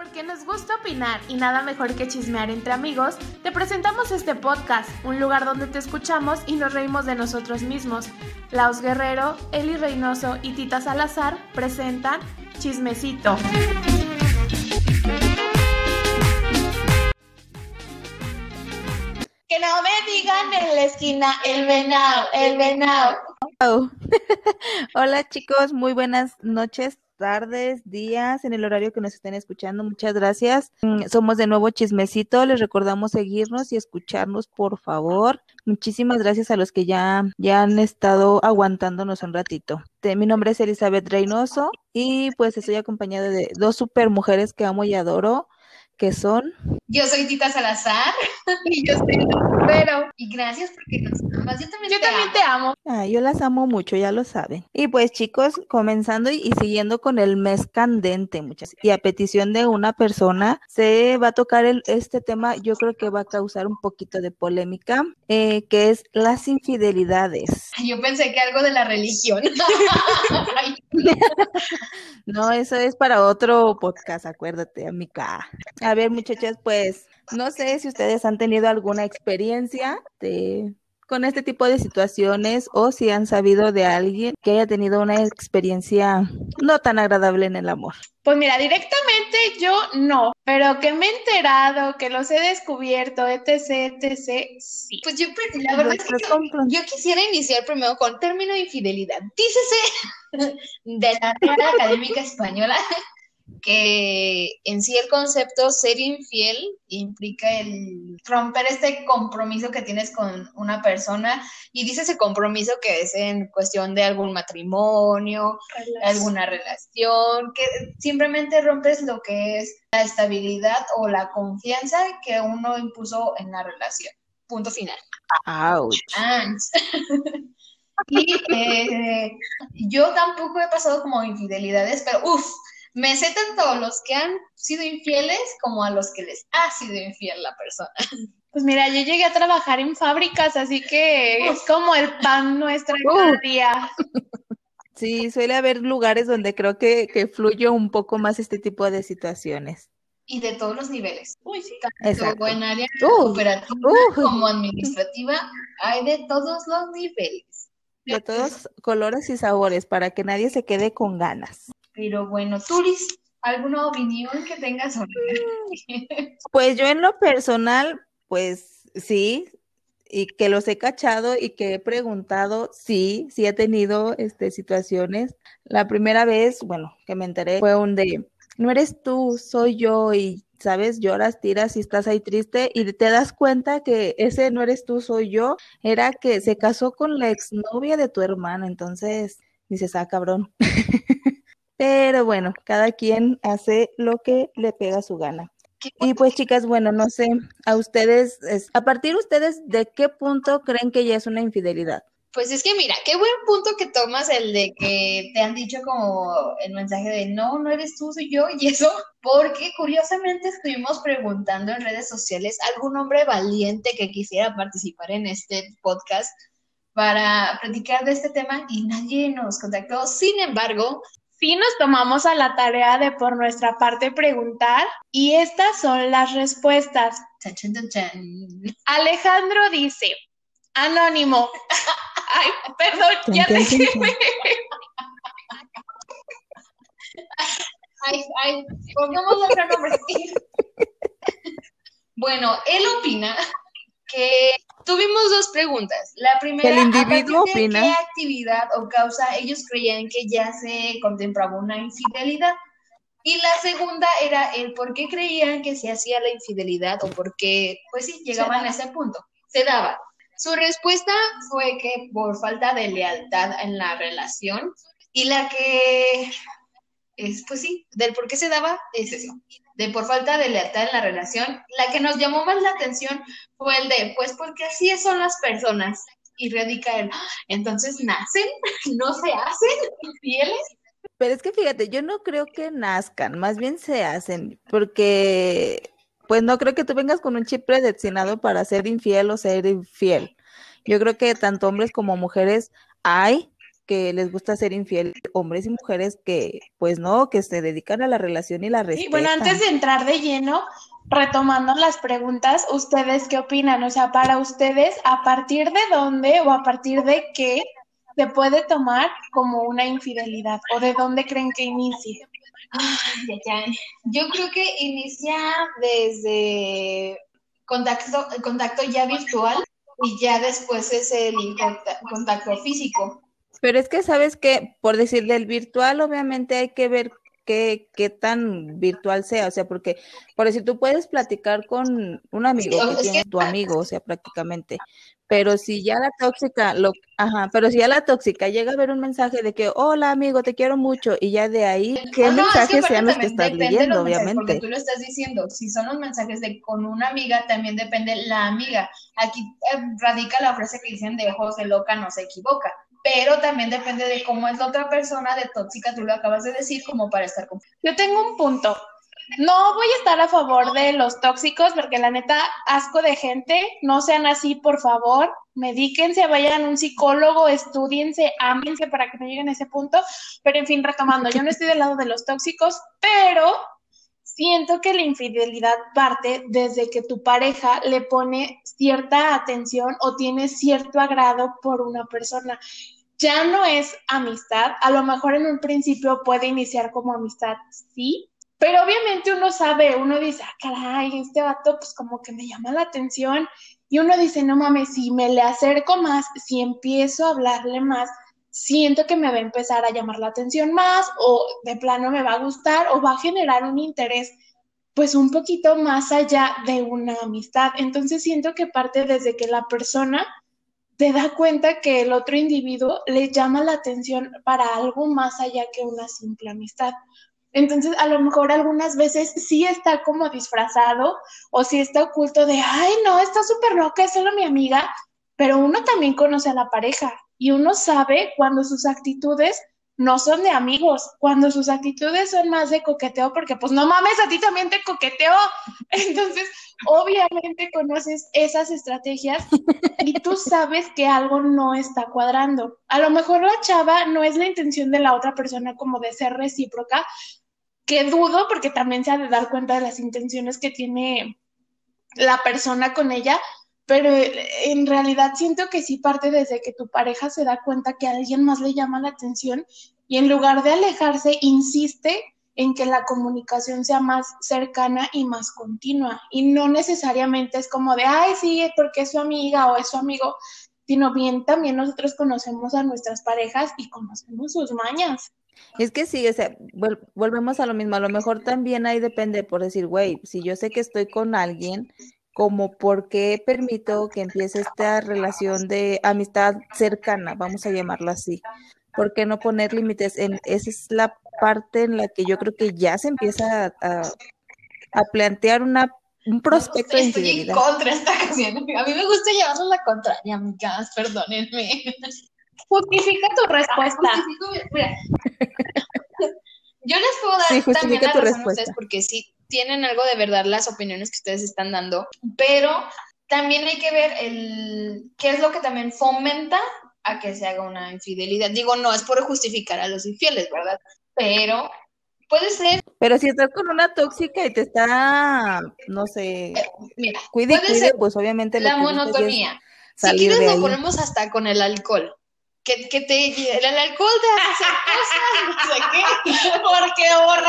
Porque nos gusta opinar y nada mejor que chismear entre amigos, te presentamos este podcast, un lugar donde te escuchamos y nos reímos de nosotros mismos. Laos Guerrero, Eli Reynoso y Tita Salazar presentan Chismecito. Que no me digan en la esquina el venado. Hola chicos, muy buenas noches, tardes, días, en el horario que nos estén escuchando, muchas gracias. Somos de nuevo Chismecito, les recordamos seguirnos y escucharnos, por favor. Muchísimas gracias a los que ya han estado aguantándonos un ratito. Mi nombre es Elizabeth Reynoso y pues estoy acompañada de dos super mujeres que amo y adoro, que son... Yo soy Tita Salazar y yo soy Pero y gracias porque nos amas. Yo también te amo. Yo las amo mucho, ya lo saben. Y pues chicos, comenzando y siguiendo con el mes candente, muchas. Y a petición de una persona, se va a tocar este tema, yo creo que va a causar un poquito de polémica, que es las infidelidades. Yo pensé que algo de la religión. No, eso es para otro podcast, acuérdate, amiga. A ver, muchachas, pues, no sé si ustedes han tenido alguna experiencia con este tipo de situaciones o si han sabido de alguien que haya tenido una experiencia no tan agradable en el amor. Pues mira, directamente yo no, pero que me he enterado, que los he descubierto, etc, sí. Pues la verdad es que yo quisiera iniciar primero con término infidelidad. Dícese de la Real Académica Española que en sí el concepto ser infiel implica el romper este compromiso que tienes con una persona, y dice ese compromiso que es en cuestión de algún matrimonio, alguna relación, que simplemente rompes lo que es la estabilidad o la confianza que uno impuso en la relación. Punto final. Ouch. Y yo tampoco he pasado como infidelidades, pero me sé tanto a los que han sido infieles como a los que les ha sido infiel la persona. Pues mira, yo llegué a trabajar en fábricas, así que es como el pan nuestro cada día. Sí, suele haber lugares donde creo que fluye un poco más este tipo de situaciones. Y de todos los niveles. Sí. Tanto en área operativa como administrativa, hay de todos los niveles. De todos colores y sabores, para que nadie se quede con ganas. Pero bueno, Turis, ¿alguna opinión que tengas sobre Pues yo en lo personal, pues sí, y que los he cachado y que he preguntado, sí he tenido situaciones. La primera vez, bueno, que me enteré fue no eres tú, soy yo, y sabes, lloras, tiras y estás ahí triste y te das cuenta que ese no eres tú, soy yo, era que se casó con la exnovia de tu hermana, entonces dices, cabrón. Pero bueno, cada quien hace lo que le pega su gana. Y pues chicas, bueno, no sé, a partir de ustedes, ¿de qué punto creen que ya es una infidelidad? Pues es que mira, qué buen punto que tomas el de que te han dicho como el mensaje de no eres tú, soy yo, y eso, porque curiosamente estuvimos preguntando en redes sociales a algún hombre valiente que quisiera participar en este podcast para platicar de este tema y nadie nos contactó. Sin embargo, sí nos tomamos a la tarea de por nuestra parte preguntar y estas son las respuestas. Chan, chan, chan, chan. Alejandro dice, anónimo. Ay, perdón, ya te quemé. Ay, pongamos otro nombre. Bueno, él opina que tuvimos dos preguntas. La primera, el individuo ¿a partir de opina qué actividad o causa ellos creían que ya se contemplaba una infidelidad? Y la segunda era el por qué creían que se hacía la infidelidad o por qué, pues sí, llegaban a ese punto. Se daba. Su respuesta fue que por falta de lealtad en la relación, y la que es, pues sí, del por qué se daba es eso, de por falta de lealtad en la relación. La que nos llamó más la atención fue el de, pues porque así son las personas, y radica el, entonces nacen, no se hacen infieles. Pero es que fíjate, yo no creo que nazcan, más bien se hacen, porque pues no creo que tú vengas con un chip predestinado para ser infiel o ser infiel. Yo creo que tanto hombres como mujeres hay que les gusta ser infiel, hombres y mujeres que, pues no, que se dedican a la relación y la respetan. Sí, bueno, antes de entrar de lleno, retomando las preguntas, ¿ustedes qué opinan? O sea, para ustedes, ¿a partir de dónde o a partir de qué se puede tomar como una infidelidad? ¿O de dónde creen que inicie? Yo creo que inicia desde contacto ya virtual y ya después es el contacto físico. Pero es que sabes que, por decir del virtual, obviamente hay que ver qué tan virtual sea, o sea, porque, por decir, tú puedes platicar con un amigo que tiene tu amigo, o sea, prácticamente, pero si ya la tóxica, pero si ya la tóxica llega a ver un mensaje de que, hola amigo, te quiero mucho, y ya de ahí, ¿qué mensajes sean los que estás leyendo, obviamente? Porque tú lo estás diciendo, si son los mensajes de con una amiga, también depende la amiga. Aquí radica la frase que dicen de ojos de loca no se equivoca. Pero también depende de cómo es la otra persona de tóxica, tú lo acabas de decir, como para estar con... Yo tengo un punto. No voy a estar a favor de los tóxicos, porque la neta, asco de gente, no sean así, por favor, medíquense, vayan a un psicólogo, estúdiense, ámense para que no lleguen a ese punto, pero en fin, retomando, yo no estoy del lado de los tóxicos, pero siento que la infidelidad parte desde que tu pareja le pone cierta atención o tiene cierto agrado por una persona. Ya no es amistad, a lo mejor en un principio puede iniciar como amistad, sí, pero obviamente uno sabe, uno dice, caray, este vato pues como que me llama la atención, y uno dice, no mames, si me le acerco más, si empiezo a hablarle más, siento que me va a empezar a llamar la atención más, o de plano me va a gustar, o va a generar un interés pues un poquito más allá de una amistad. Entonces siento que parte desde que la persona te da cuenta que el otro individuo le llama la atención para algo más allá que una simple amistad. Entonces, a lo mejor algunas veces sí está como disfrazado o sí está oculto de, ay, no, está súper loca, es solo mi amiga, pero uno también conoce a la pareja y uno sabe cuando sus actitudes no son de amigos, cuando sus actitudes son más de coqueteo, porque pues no mames, a ti también te coqueteo. Entonces, obviamente conoces esas estrategias y tú sabes que algo no está cuadrando. A lo mejor la chava no es la intención de la otra persona como de ser recíproca, que dudo porque también se ha de dar cuenta de las intenciones que tiene la persona con ella, pero en realidad siento que sí parte desde que tu pareja se da cuenta que a alguien más le llama la atención y en lugar de alejarse, insiste en que la comunicación sea más cercana y más continua. Y no necesariamente es como de, ay, sí, porque es su amiga o es su amigo, sino bien también nosotros conocemos a nuestras parejas y conocemos sus mañas. Es que sí, o sea, volvemos a lo mismo, a lo mejor también ahí depende por decir, güey, si yo sé que estoy con alguien, como por qué permito que empiece esta relación de amistad cercana, vamos a llamarlo así, ¿por qué no poner límites? Esa es la parte en la que yo creo que ya se empieza a plantear un prospecto de infidelidad. Estoy en contra esta canción, a mí me gusta llevarlo a la contraria, amigas, perdónenme. Justifica tu respuesta. Mira, yo les puedo dar también la razón a ustedes porque sí tienen algo de verdad las opiniones que ustedes están dando, pero también hay que ver qué es lo que también fomenta a que se haga una infidelidad. Digo, no es por justificar a los infieles, ¿verdad? Pero puede ser. Pero si estás con una tóxica y te está, no sé, mira, cuide, pues obviamente la monotonía. Si quieres lo ponemos hasta con el alcohol. Que el alcohol te hace cosas, no sé qué, porque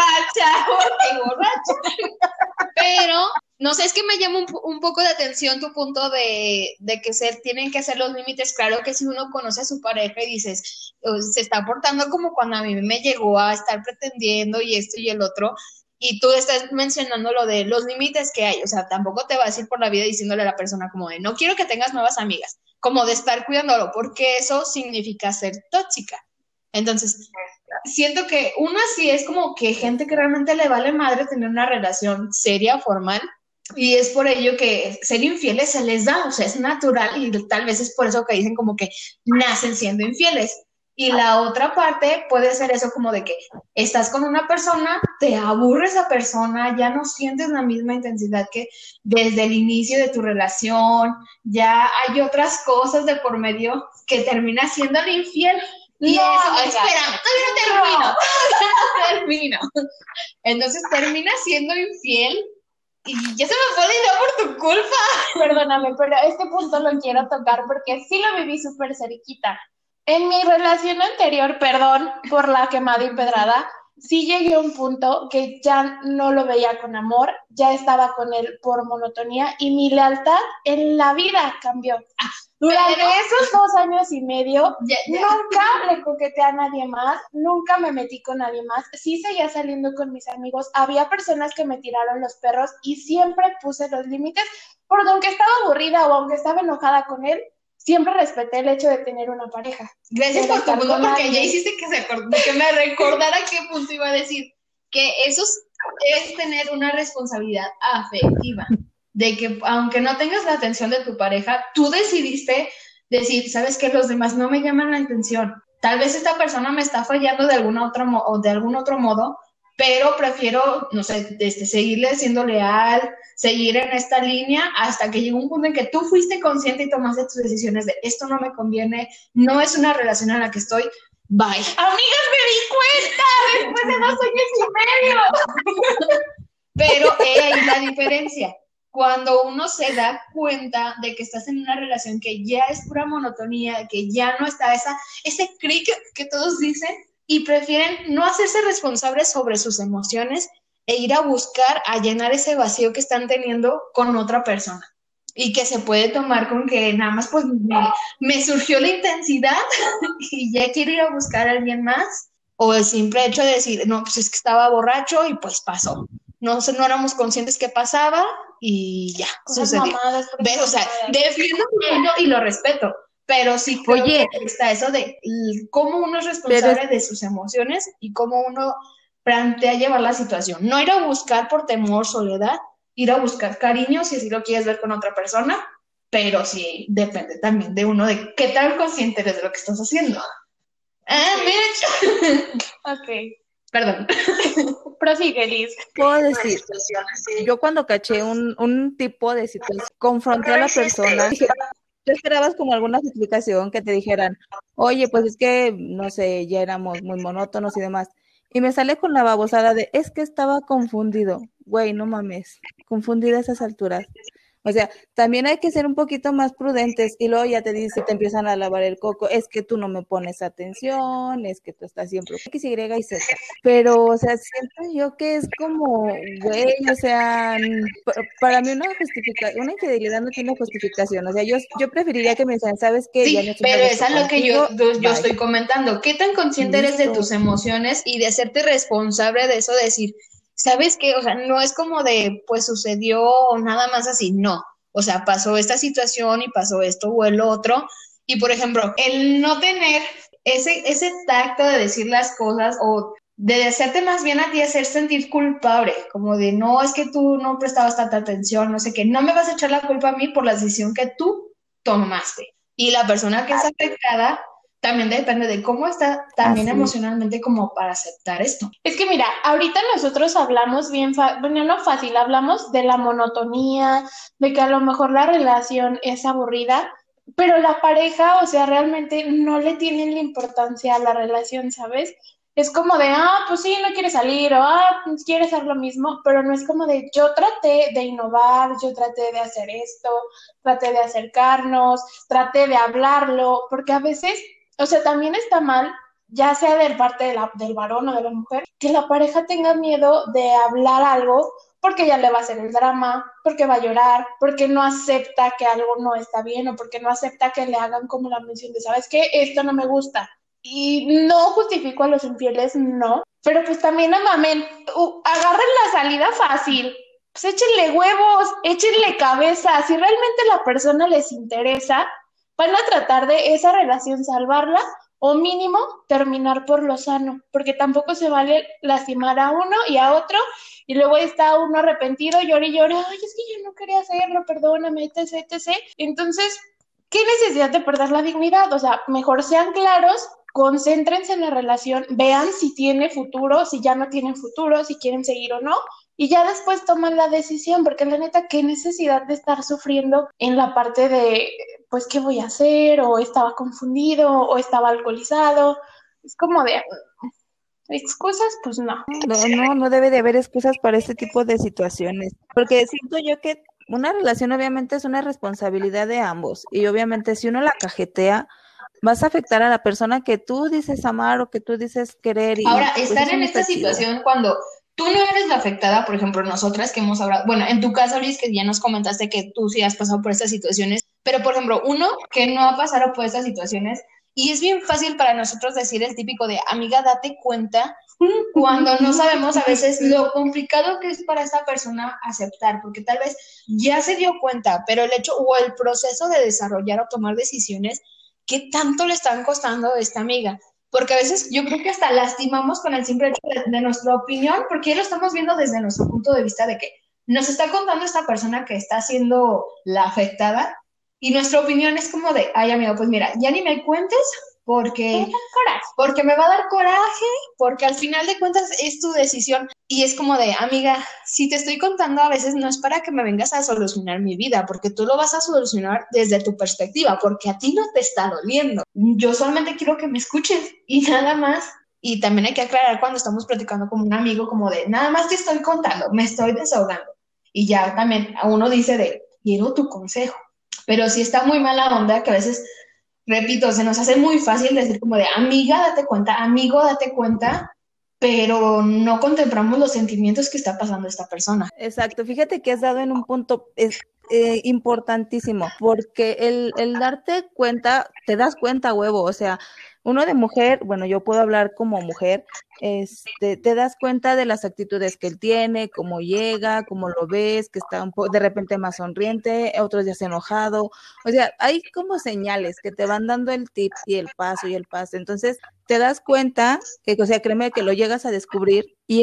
borracha. Pero, no sé, es que me llama un poco de atención tu punto de que tienen que ser los límites. Claro que si uno conoce a su pareja y dices, se está portando como cuando a mí me llegó a estar pretendiendo y esto y el otro, y tú estás mencionando lo de los límites que hay, o sea, tampoco te vas a ir por la vida diciéndole a la persona como de, no quiero que tengas nuevas amigas, como de estar cuidándolo, porque eso significa ser tóxica. Entonces, siento que uno sí es como que gente que realmente le vale madre tener una relación seria, formal, y es por ello que ser infieles se les da, o sea, es natural, y tal vez es por eso que dicen como que nacen siendo infieles. Y la otra parte puede ser eso como de que estás con una persona, te aburre esa persona, ya no sientes la misma intensidad que desde el inicio de tu relación, ya hay otras cosas de por medio que termina siendo el infiel. Y No, eso, amiga. espérame, todavía no termino. Entonces termina siendo infiel y ya se me fue la idea por tu culpa. Perdóname, pero este punto lo quiero tocar porque sí lo viví súper cerquita. En mi relación anterior, perdón por la quemada y pedrada, sí llegué a un punto que ya no lo veía con amor, ya estaba con él por monotonía y mi lealtad en la vida cambió. Durante esos 2 años y medio, nunca le coqueteé a nadie más, nunca me metí con nadie más, sí seguía saliendo con mis amigos, había personas que me tiraron los perros y siempre puse los límites, porque aunque estaba aburrida o aunque estaba enojada con él, siempre respeté el hecho de tener una pareja. Gracias por tu punto, porque ya hiciste que me recordara qué punto iba a decir. Que eso es tener una responsabilidad afectiva. De que aunque no tengas la atención de tu pareja, tú decidiste decir, ¿sabes qué? Los demás no me llaman la atención. Tal vez esta persona me está fallando de algún otro modo, pero prefiero, no sé, seguirle siendo leal, seguir en esta línea hasta que llegó un punto en que tú fuiste consciente y tomaste tus decisiones de esto no me conviene, no es una relación en la que estoy, bye. Amigas, me di cuenta después de 2 años y medio. Pero ahí la diferencia. Cuando uno se da cuenta de que estás en una relación que ya es pura monotonía, que ya no está ese clic que todos dicen, y prefieren no hacerse responsables sobre sus emociones e ir a buscar, a llenar ese vacío que están teniendo con otra persona. Y que se puede tomar con que nada más pues me surgió la intensidad y ya quiero ir a buscar a alguien más, o el simple hecho de decir, no, pues es que estaba borracho y pues pasó. No éramos conscientes que pasaba y ya, sucedió. O sea, defiendo y lo respeto, pero sí creo que está eso de cómo uno es responsable de sus emociones y cómo uno plantea llevar la situación. No ir a buscar por temor, soledad, ir a buscar cariño si así lo quieres ver con otra persona, pero sí depende también de uno, de qué tan consciente eres de lo que estás haciendo. Ok. Perdón. Prosigue, Liz. Puedo decir, yo cuando caché un tipo de situación, confronté a la persona, dije, tú esperabas como alguna explicación que te dijeran, oye, pues es que, no sé, ya éramos muy monótonos y demás. Y me sale con la babosada de, es que estaba confundido. Güey, no mames, confundida a esas alturas. O sea, también hay que ser un poquito más prudentes y luego ya te empiezan a lavar el coco, es que tú no me pones atención, es que tú estás siempre X, Y y Z. Pero, o sea, siento yo que es como, güey, o sea, para mí una infidelidad no tiene justificación. O sea, yo preferiría que me dijeran, ¿sabes qué? Sí, ya no pero es a lo que yo estoy comentando. ¿Qué tan consciente eres de tus emociones y de hacerte responsable de eso? De decir, ¿sabes qué? O sea, no es como de, pues sucedió nada más así, no. O sea, pasó esta situación y pasó esto o el otro. Y, por ejemplo, el no tener ese tacto de decir las cosas o de hacerte más bien a ti hacer sentir culpable, como de, no, es que tú no prestabas tanta atención, no sé qué, no me vas a echar la culpa a mí por la decisión que tú tomaste. Y la persona que es afectada también depende de cómo está también emocionalmente como para aceptar esto. Es que mira, ahorita nosotros hablamos bien, bueno, no fácil, hablamos de la monotonía, de que a lo mejor la relación es aburrida, pero la pareja, o sea, realmente no le tienen la importancia a la relación, ¿sabes? Es como de, pues sí, no quiere salir, o pues quiere hacer lo mismo, pero no es como de, yo traté de innovar, yo traté de hacer esto, traté de acercarnos, traté de hablarlo, porque a veces, o sea, también está mal, ya sea de parte del varón o de la mujer, que la pareja tenga miedo de hablar algo porque ya le va a hacer el drama, porque va a llorar, porque no acepta que algo no está bien o porque no acepta que le hagan como la mención de, ¿sabes qué? Esto no me gusta. Y no justifico a los infieles, no, pero pues también mamen, agarren la salida fácil, pues échenle huevos, échenle cabeza, si realmente la persona les interesa, van a tratar de esa relación salvarla o mínimo terminar por lo sano, porque tampoco se vale lastimar a uno y a otro y luego está uno arrepentido, llora y llora, ay, es que yo no quería hacerlo, perdóname, etc, etc. Entonces, ¿qué necesidad de perder la dignidad? O sea, mejor sean claros, concéntrense en la relación, vean si tiene futuro, si ya no tienen futuro, si quieren seguir o no, y ya después toman la decisión, porque la neta, qué necesidad de estar sufriendo en la parte de, pues, ¿qué voy a hacer? O estaba confundido, o estaba alcoholizado. Es como de excusas, pues no. No debe de haber excusas para este tipo de situaciones, porque siento yo que una relación obviamente es una responsabilidad de ambos, y obviamente si uno la cajetea, vas a afectar a la persona que tú dices amar o que tú dices querer, Ahora, y pues estar eso en no esta está chido. situación cuando tú no eres la afectada, por ejemplo, nosotras que hemos hablado, bueno, en tu caso, Liz, que ya nos comentaste que tú sí has pasado por estas situaciones, pero por ejemplo, uno que no ha pasado por estas situaciones, y es bien fácil para nosotros decir el típico de, amiga, date cuenta, cuando no sabemos a veces lo complicado que es para esta persona aceptar, porque tal vez ya se dio cuenta, pero el hecho o el proceso de desarrollar o tomar decisiones, ¿qué tanto le están costando a esta amiga? Porque a veces yo creo que hasta lastimamos con el simple hecho de nuestra opinión, porque ya lo estamos viendo desde nuestro punto de vista de que nos está contando esta persona que está siendo la afectada, y nuestra opinión es como de, ay amigo, pues mira, ya ni me cuentes porque me va a dar coraje, porque al final de cuentas es tu decisión. Y es como de, amiga, si te estoy contando a veces no es para que me vengas a solucionar mi vida, porque tú lo vas a solucionar desde tu perspectiva, porque a ti no te está doliendo. Yo solamente quiero que me escuches y nada más. Y también hay que aclarar cuando estamos platicando como un amigo, como de, nada más te estoy contando, me estoy desahogando. Y ya también uno dice de, quiero tu consejo. Pero si está muy mala onda, que a veces, repito, se nos hace muy fácil decir como de, amiga, date cuenta, amigo, date cuenta, pero no contemplamos los sentimientos que está pasando esta persona. Exacto, fíjate que has dado en un punto importantísimo, porque el darte cuenta, te das cuenta, huevo, o sea, uno de mujer, bueno, yo puedo hablar como mujer, te das cuenta de las actitudes que él tiene, cómo llega, cómo lo ves, que está de repente más sonriente, otros días enojado, o sea, hay como señales que te van dando el tip y el paso, entonces te das cuenta, que, o sea, créeme que lo llegas a descubrir y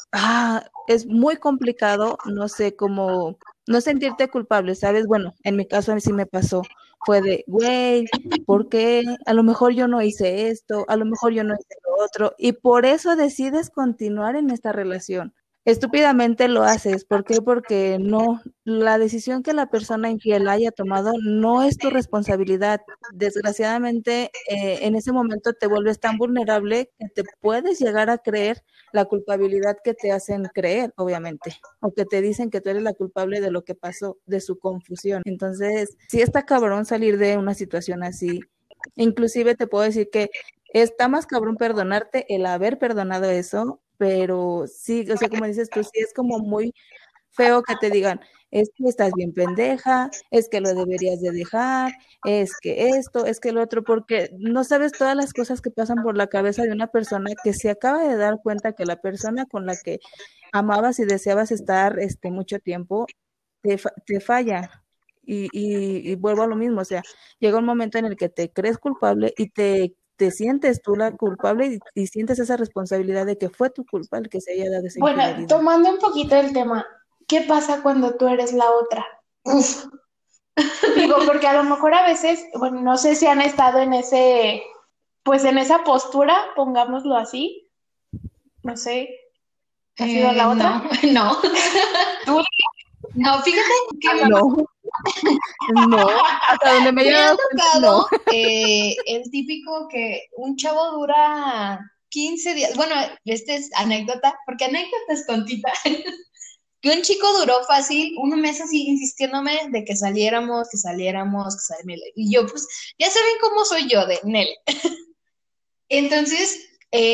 es muy complicado, no sé cómo, no sentirte culpable, ¿sabes? Bueno, en mi caso a mí sí me pasó, fue de, güey, ¿por qué? A lo mejor yo no hice esto, a lo mejor yo no hice lo otro, y por eso decides continuar en esta relación. Estúpidamente lo haces, ¿por qué? Porque no, la decisión que la persona infiel haya tomado no es tu responsabilidad. Desgraciadamente, en ese momento te vuelves tan vulnerable que te puedes llegar a creer la culpabilidad que te hacen creer, obviamente, o que te dicen que tú eres la culpable de lo que pasó, de su confusión. Entonces, sí está cabrón salir de una situación así. Inclusive te puedo decir que está más cabrón perdonarte el haber perdonado eso, pero sí, o sea, como dices tú, sí es como muy feo que te digan, es que estás bien pendeja, es que lo deberías de dejar, es que esto, es que lo otro, porque no sabes todas las cosas que pasan por la cabeza de una persona que se acaba de dar cuenta que la persona con la que amabas y deseabas estar mucho tiempo te falla. Y vuelvo a lo mismo, o sea, llega un momento en el que te crees culpable y te sientes tú la culpable y sientes esa responsabilidad de que fue tu culpa el que se haya dado esa infidelidad. Bueno, tomando un poquito el tema, ¿qué pasa cuando tú eres la otra? Uf. Digo, porque a lo mejor a veces, bueno, no sé si han estado en ese, pues en esa postura, pongámoslo así. No sé, ¿ha sido la otra? No. ¿Tú? No, fíjate que no, hasta donde me ha ha tocado el típico que un chavo dura 15 días. Bueno, esta es anécdota, porque anécdota es tontita. Que un chico duró fácil un mes así insistiéndome de que saliéramos, y yo pues ya saben cómo soy yo de Nel. Entonces,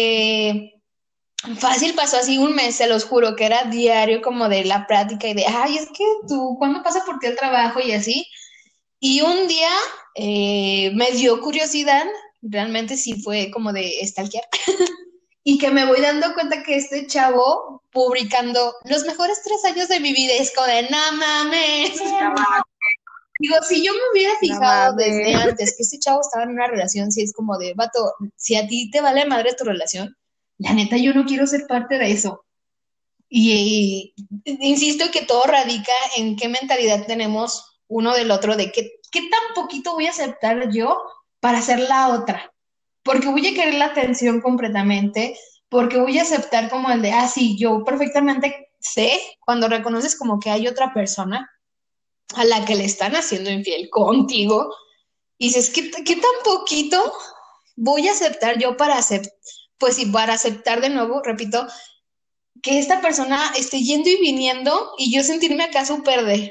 fácil pasó así un mes, se los juro, que era diario como de la práctica y de, ay, es que tú, ¿cuándo pasa por ti el trabajo? Y así. Y un día me dio curiosidad, realmente sí fue como de stalkear, y que me voy dando cuenta que este chavo publicando los mejores 3 años de mi vida es como de, no mames. Digo, si yo me hubiera fijado desde antes que este chavo estaba en una relación, si es como de, vato, si a ti te vale madre tu relación, la neta yo no quiero ser parte de eso. Y insisto que todo radica en qué mentalidad tenemos uno del otro, de qué tan poquito voy a aceptar yo para ser la otra. Porque voy a querer la atención completamente, porque voy a aceptar como el de, sí, yo perfectamente sé cuando reconoces como que hay otra persona a la que le están haciendo infiel contigo y dices, ¿qué tan poquito voy a aceptar yo para aceptar? Pues sí, para aceptar de nuevo, repito, que esta persona esté yendo y viniendo y yo sentirme acá súper de,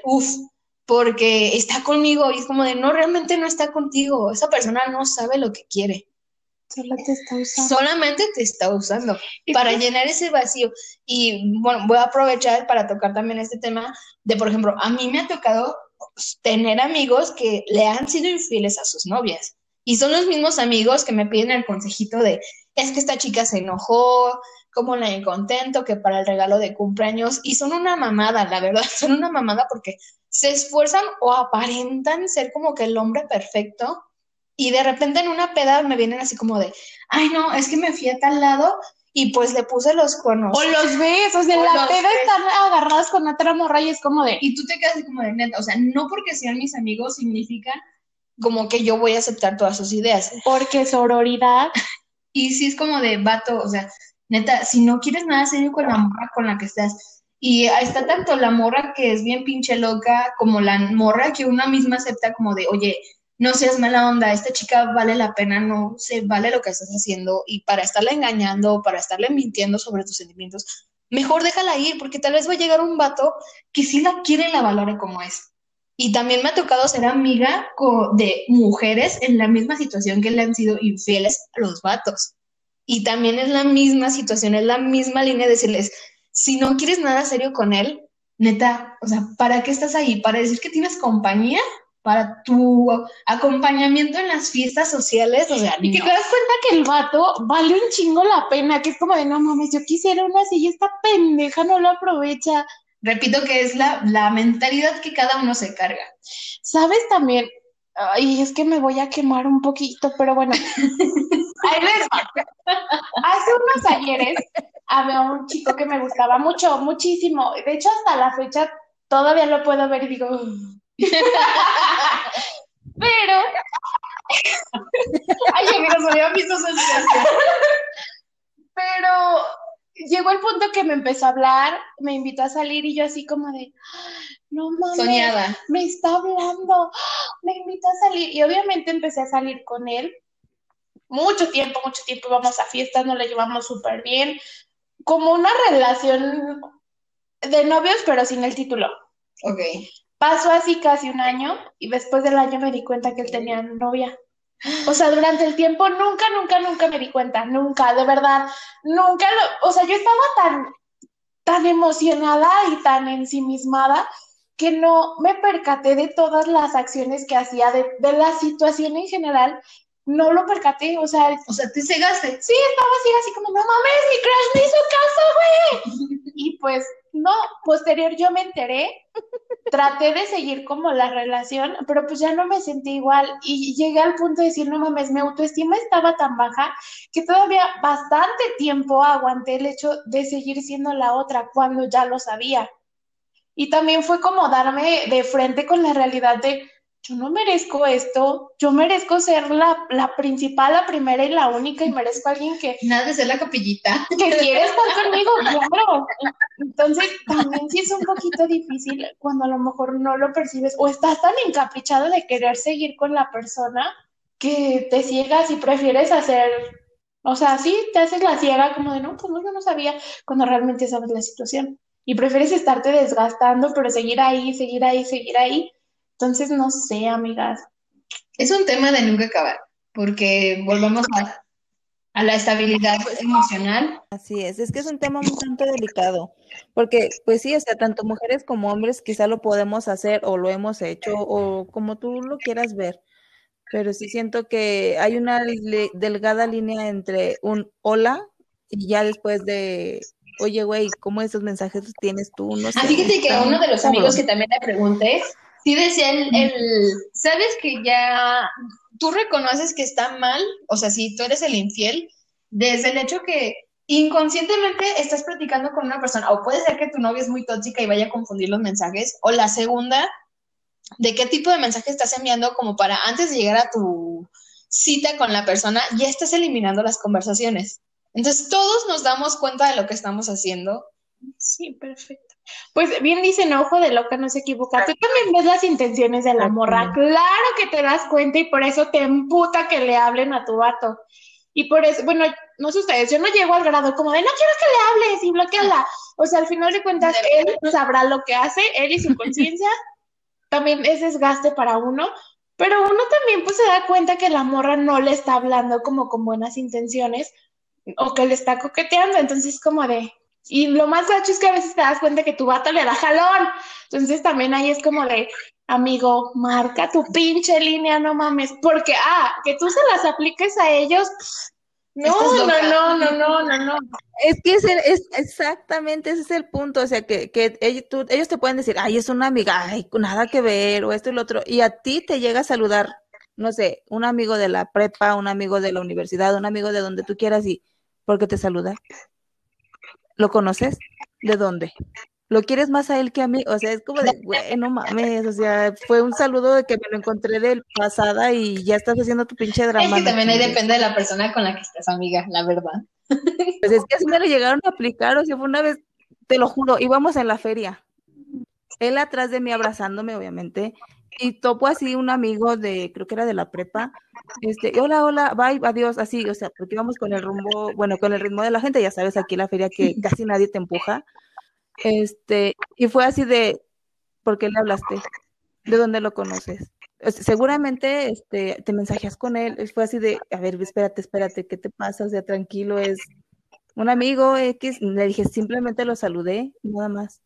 porque está conmigo y es como de, no, realmente no está contigo, esa persona no sabe lo que quiere. Solo te está usando. Solamente te está usando para llenar ese vacío. Y bueno, voy a aprovechar para tocar también este tema de, por ejemplo, a mí me ha tocado tener amigos que le han sido infieles a sus novias. Y son los mismos amigos que me piden el consejito de, es que esta chica se enojó, cómo la contento, que para el regalo de cumpleaños. Y son una mamada, la verdad, son una mamada porque se esfuerzan o aparentan ser como que el hombre perfecto. Y de repente en una peda me vienen así como de, ay, no, es que me fui a tal lado y pues le puse los cuernos. O los ves, o sea, en la peda están agarrados con otra morra y es como de... Y tú te quedas así como de neta, o sea, no porque sean mis amigos significa como que yo voy a aceptar todas sus ideas. Porque sororidad. Y sí es como de vato, o sea, neta, si no quieres nada serio con la morra con la que estás, y ahí está tanto la morra que es bien pinche loca, como la morra que una misma acepta como de, oye, no seas mala onda, esta chica vale la pena, no se vale lo que estás haciendo, y para estarla engañando, para estarle mintiendo sobre tus sentimientos, mejor déjala ir, porque tal vez va a llegar un vato que sí la quiere y la valore como es. Y también me ha tocado ser amiga de mujeres en la misma situación que le han sido infieles a los vatos. Y también es la misma situación, es la misma línea de decirles, si no quieres nada serio con él, neta, o sea, ¿para qué estás ahí? ¿Para decir que tienes compañía? ¿Para tu acompañamiento en las fiestas sociales? O sea, y que te das cuenta que el vato vale un chingo la pena, que es como de, no mames, yo quisiera una así y esta pendeja no lo aprovecha. Repito que es la mentalidad que cada uno se carga. ¿Sabes también? Ay, es que me voy a quemar un poquito, pero bueno. Ahí les va. Hace unos ayeres había un chico que me gustaba mucho, muchísimo. De hecho, hasta la fecha todavía lo puedo ver y digo... Pero... Ay, amigos, me había visto sensación. Pero llegó el punto que me empezó a hablar, me invitó a salir y yo así como de, no mames, soñada, me está hablando, me invitó a salir y obviamente empecé a salir con él. Mucho tiempo, íbamos a fiestas, nos la llevamos súper bien, como una relación de novios pero sin el título. Ok. Pasó así casi un año y después del año me di cuenta que él tenía novia. O sea, durante el tiempo nunca me di cuenta, nunca, de verdad, nunca o sea, yo estaba tan emocionada y tan ensimismada que no me percaté de todas las acciones que hacía, de la situación en general, no lo percaté, o sea, te cegaste. Sí, estaba así como, no mames, mi crush me hizo caso, güey. Y pues, no, posterior yo me enteré, traté de seguir como la relación, pero pues ya no me sentí igual y llegué al punto de decir, no mames, mi autoestima estaba tan baja que todavía bastante tiempo aguanté el hecho de seguir siendo la otra cuando ya lo sabía. Y también fue como darme de frente con la realidad de, yo no merezco esto, yo merezco ser la principal, la primera y la única y merezco a alguien que... Nada de ser la capillita. Que quiere estar conmigo, claro. Entonces, también sí es un poquito difícil cuando a lo mejor no lo percibes o estás tan encaprichado de querer seguir con la persona que te ciegas y prefieres hacer, o sea, sí, te haces la ciega como de, no, pues no, yo no sabía, cuando realmente sabes la situación. Y prefieres estarte desgastando, pero seguir ahí, seguir ahí, seguir ahí. Entonces, no sé, amigas. Es un tema de nunca acabar, porque volvemos a la estabilidad emocional. Así es que es un tema un tanto delicado, porque pues sí, o sea, tanto mujeres como hombres quizá lo podemos hacer o lo hemos hecho o como tú lo quieras ver, pero sí siento que hay una delgada línea entre un hola y ya después de, oye, güey, ¿cómo esos mensajes los tienes tú? No sé. Fíjate que uno de los amigos que también le pregunté, sí decía ¿sabes que ya tú reconoces que está mal? O sea, si tú eres el infiel, desde el hecho que inconscientemente estás platicando con una persona, o puede ser que tu novia es muy tóxica y vaya a confundir los mensajes, o la segunda, de qué tipo de mensaje estás enviando como para antes de llegar a tu cita con la persona, ya estás eliminando las conversaciones. Entonces, todos nos damos cuenta de lo que estamos haciendo. Sí, perfecto. Pues bien dicen, ojo de loca no se equivoca. Tú también ves las intenciones de la morra. Claro que te das cuenta y por eso te emputa que le hablen a tu vato. Y por eso, bueno, no sé ustedes, yo no llego al grado como de no quiero que le hables y bloqueala. O sea, al final de cuentas, él sabrá lo que hace, él y su conciencia. También es desgaste para uno, pero uno también pues se da cuenta que la morra no le está hablando como con buenas intenciones o que le está coqueteando, entonces como de... Y lo más gacho es que a veces te das cuenta que tu vato le da jalón, entonces también ahí es como de, amigo, marca tu pinche línea, no mames, porque, que tú se las apliques a ellos, no, no. Es que es exactamente ese es el punto, o sea, que ellos te pueden decir, ay, es una amiga, ay, nada que ver, o esto y lo otro, y a ti te llega a saludar, no sé, un amigo de la prepa, un amigo de la universidad, un amigo de donde tú quieras, y ¿por qué te saluda? ¿Lo conoces? ¿De dónde? ¿Lo quieres más a él que a mí? O sea, es como de, güey, no mames, o sea, fue un saludo de que me lo encontré de pasada y ya estás haciendo tu pinche drama. Es que también ahí depende de la persona con la que estés, amiga, la verdad. Pues es que así me lo llegaron a aplicar, o sea, fue una vez, te lo juro, íbamos en la feria, él atrás de mí abrazándome, obviamente, y topo así un amigo de, creo que era de la prepa, hola, bye, adiós, así, o sea, porque íbamos con el rumbo, bueno, con el ritmo de la gente, ya sabes, aquí en la feria que casi nadie te empuja, y fue así de, ¿por qué le hablaste? ¿De dónde lo conoces? O sea, seguramente te mensajeas con él, fue así de, a ver, espérate, ¿qué te pasa? O sea, tranquilo, es un amigo X, le dije, simplemente lo saludé, nada más.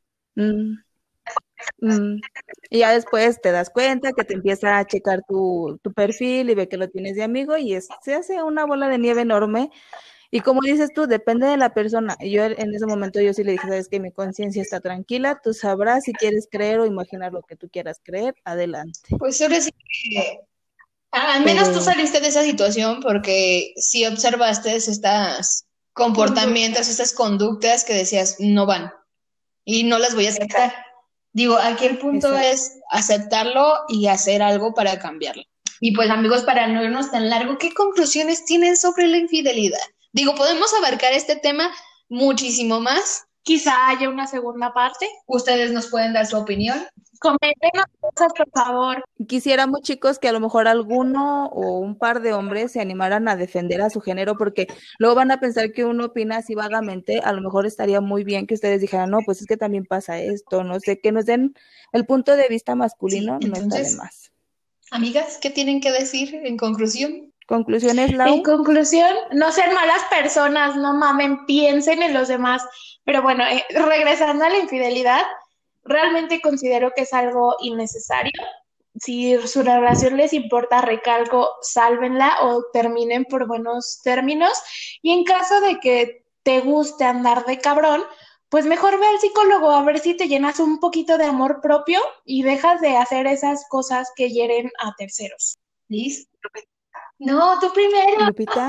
Y ya después te das cuenta que te empieza a checar tu perfil y ve que lo tienes de amigo y se hace una bola de nieve enorme. Y como dices tú, depende de la persona. Y yo en ese momento yo sí le dije, sabes que mi conciencia está tranquila, tú sabrás si quieres creer o imaginar lo que tú quieras creer, adelante. Pues ahora sí que al menos tú saliste de esa situación porque sí observaste estos comportamientos, estas conductas que decías no van y no las voy a aceptar. Digo, aquí el punto es aceptarlo y hacer algo para cambiarlo. Y pues amigos, para no irnos tan largo, ¿qué conclusiones tienen sobre la infidelidad? Digo, podemos abarcar este tema muchísimo más. Quizá haya una segunda parte. Ustedes nos pueden dar su opinión. Coméntenos cosas, por favor. Quisiéramos, chicos, que a lo mejor alguno o un par de hombres se animaran a defender a su género, porque luego van a pensar que uno opina así vagamente. A lo mejor estaría muy bien que ustedes dijeran, no, pues es que también pasa esto, no sé, que nos den el punto de vista masculino, sí, entonces, no está de más. Amigas, ¿qué tienen que decir en conclusión? Conclusiones, Lau. En conclusión, no ser malas personas, no mamen, piensen en los demás. Pero bueno, regresando a la infidelidad, realmente considero que es algo innecesario. Si su relación les importa, recalco, sálvenla o terminen por buenos términos. Y en caso de que te guste andar de cabrón, pues mejor ve al psicólogo a ver si te llenas un poquito de amor propio y dejas de hacer esas cosas que hieren a terceros. ¿Listo? No, tú primero. ¿Lupita?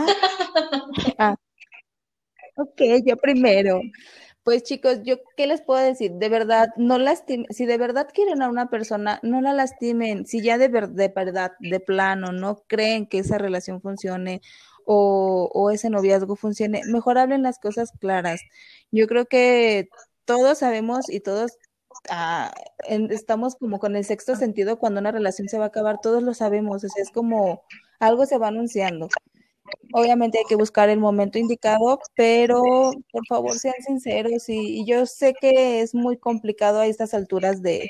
Ok, yo primero. Pues chicos, yo qué les puedo decir, de verdad, no lastimen, si de verdad quieren a una persona, no la lastimen, si ya de verdad, de plano, no creen que esa relación funcione o ese noviazgo funcione, mejor hablen las cosas claras. Yo creo que todos sabemos y todos estamos como con el sexto sentido cuando una relación se va a acabar, todos lo sabemos, o sea, es como algo se va anunciando. Obviamente hay que buscar el momento indicado, pero por favor sean sinceros y yo sé que es muy complicado a estas alturas de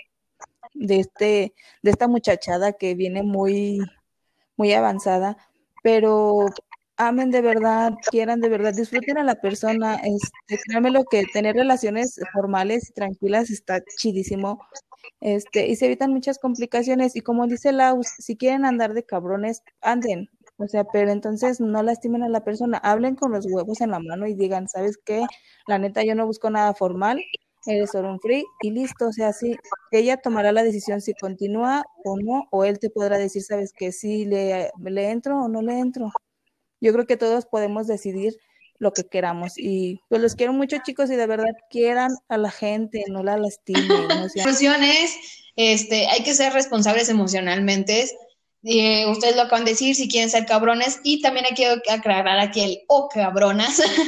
esta muchachada que viene muy, muy avanzada, pero amen de verdad, quieran de verdad, disfruten a la persona, créanme lo que tener relaciones formales y tranquilas está chidísimo, y se evitan muchas complicaciones y como dice Lau, si quieren andar de cabrones, anden. O sea, pero entonces no lastimen a la persona, hablen con los huevos en la mano y digan, ¿sabes qué? La neta, yo no busco nada formal, eres solo un free y listo. O sea, sí, ella tomará la decisión si continúa o no, o él te podrá decir, ¿sabes qué? Si le entro o no le entro. Yo creo que todos podemos decidir lo que queramos y pues los quiero mucho, chicos, y de verdad quieran a la gente, no la lastimen. No sea... hay que ser responsables emocionalmente. Ustedes lo acaban de decir, si quieren ser cabrones, y también hay que aclarar aquí el cabronas.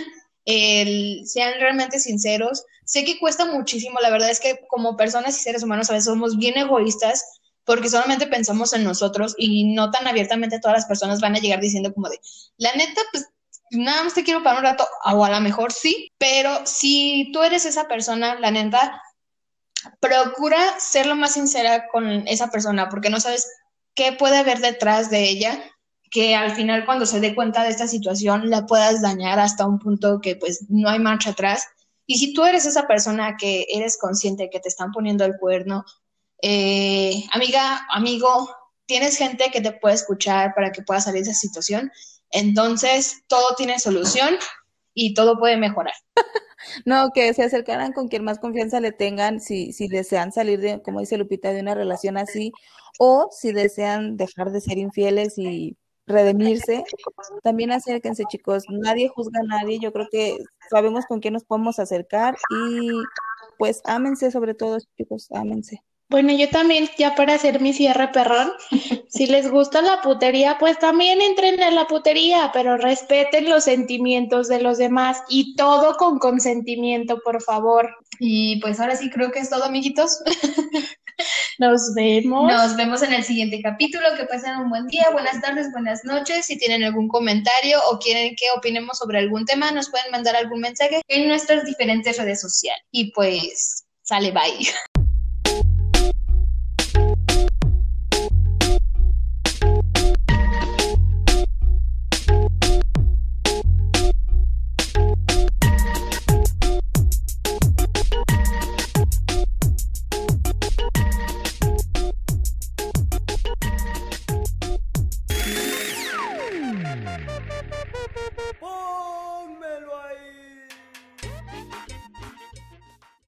sean realmente sinceros. Sé que cuesta muchísimo, la verdad es que como personas y seres humanos a veces somos bien egoístas porque solamente pensamos en nosotros y no tan abiertamente todas las personas van a llegar diciendo como de, la neta, pues nada más te quiero para un rato, o a lo mejor sí, pero si tú eres esa persona, la neta, procura ser lo más sincera con esa persona porque no sabes qué puede haber detrás de ella, que al final cuando se dé cuenta de esta situación la puedas dañar hasta un punto que pues no hay marcha atrás. Y si tú eres esa persona que eres consciente que te están poniendo el cuerno, amiga, amigo, tienes gente que te puede escuchar para que puedas salir de esa situación, entonces todo tiene solución y todo puede mejorar. No, que se acercaran con quien más confianza le tengan, si desean salir de, como dice Lupita, de una relación así, o si desean dejar de ser infieles y redimirse, también acérquense, chicos. Nadie juzga a nadie. Yo creo que sabemos con quién nos podemos acercar y pues ámense sobre todo, chicos, ámense. Bueno, yo también, ya para hacer mi cierre perrón, si les gusta la putería, pues también entren en la putería, pero respeten los sentimientos de los demás y todo con consentimiento, por favor. Y pues ahora sí creo que es todo, amiguitos. Nos vemos. Nos vemos en el siguiente capítulo. Que pasen un buen día, buenas tardes, buenas noches. Si tienen algún comentario o quieren que opinemos sobre algún tema, nos pueden mandar algún mensaje en nuestras diferentes redes sociales. Y pues, sale, bye.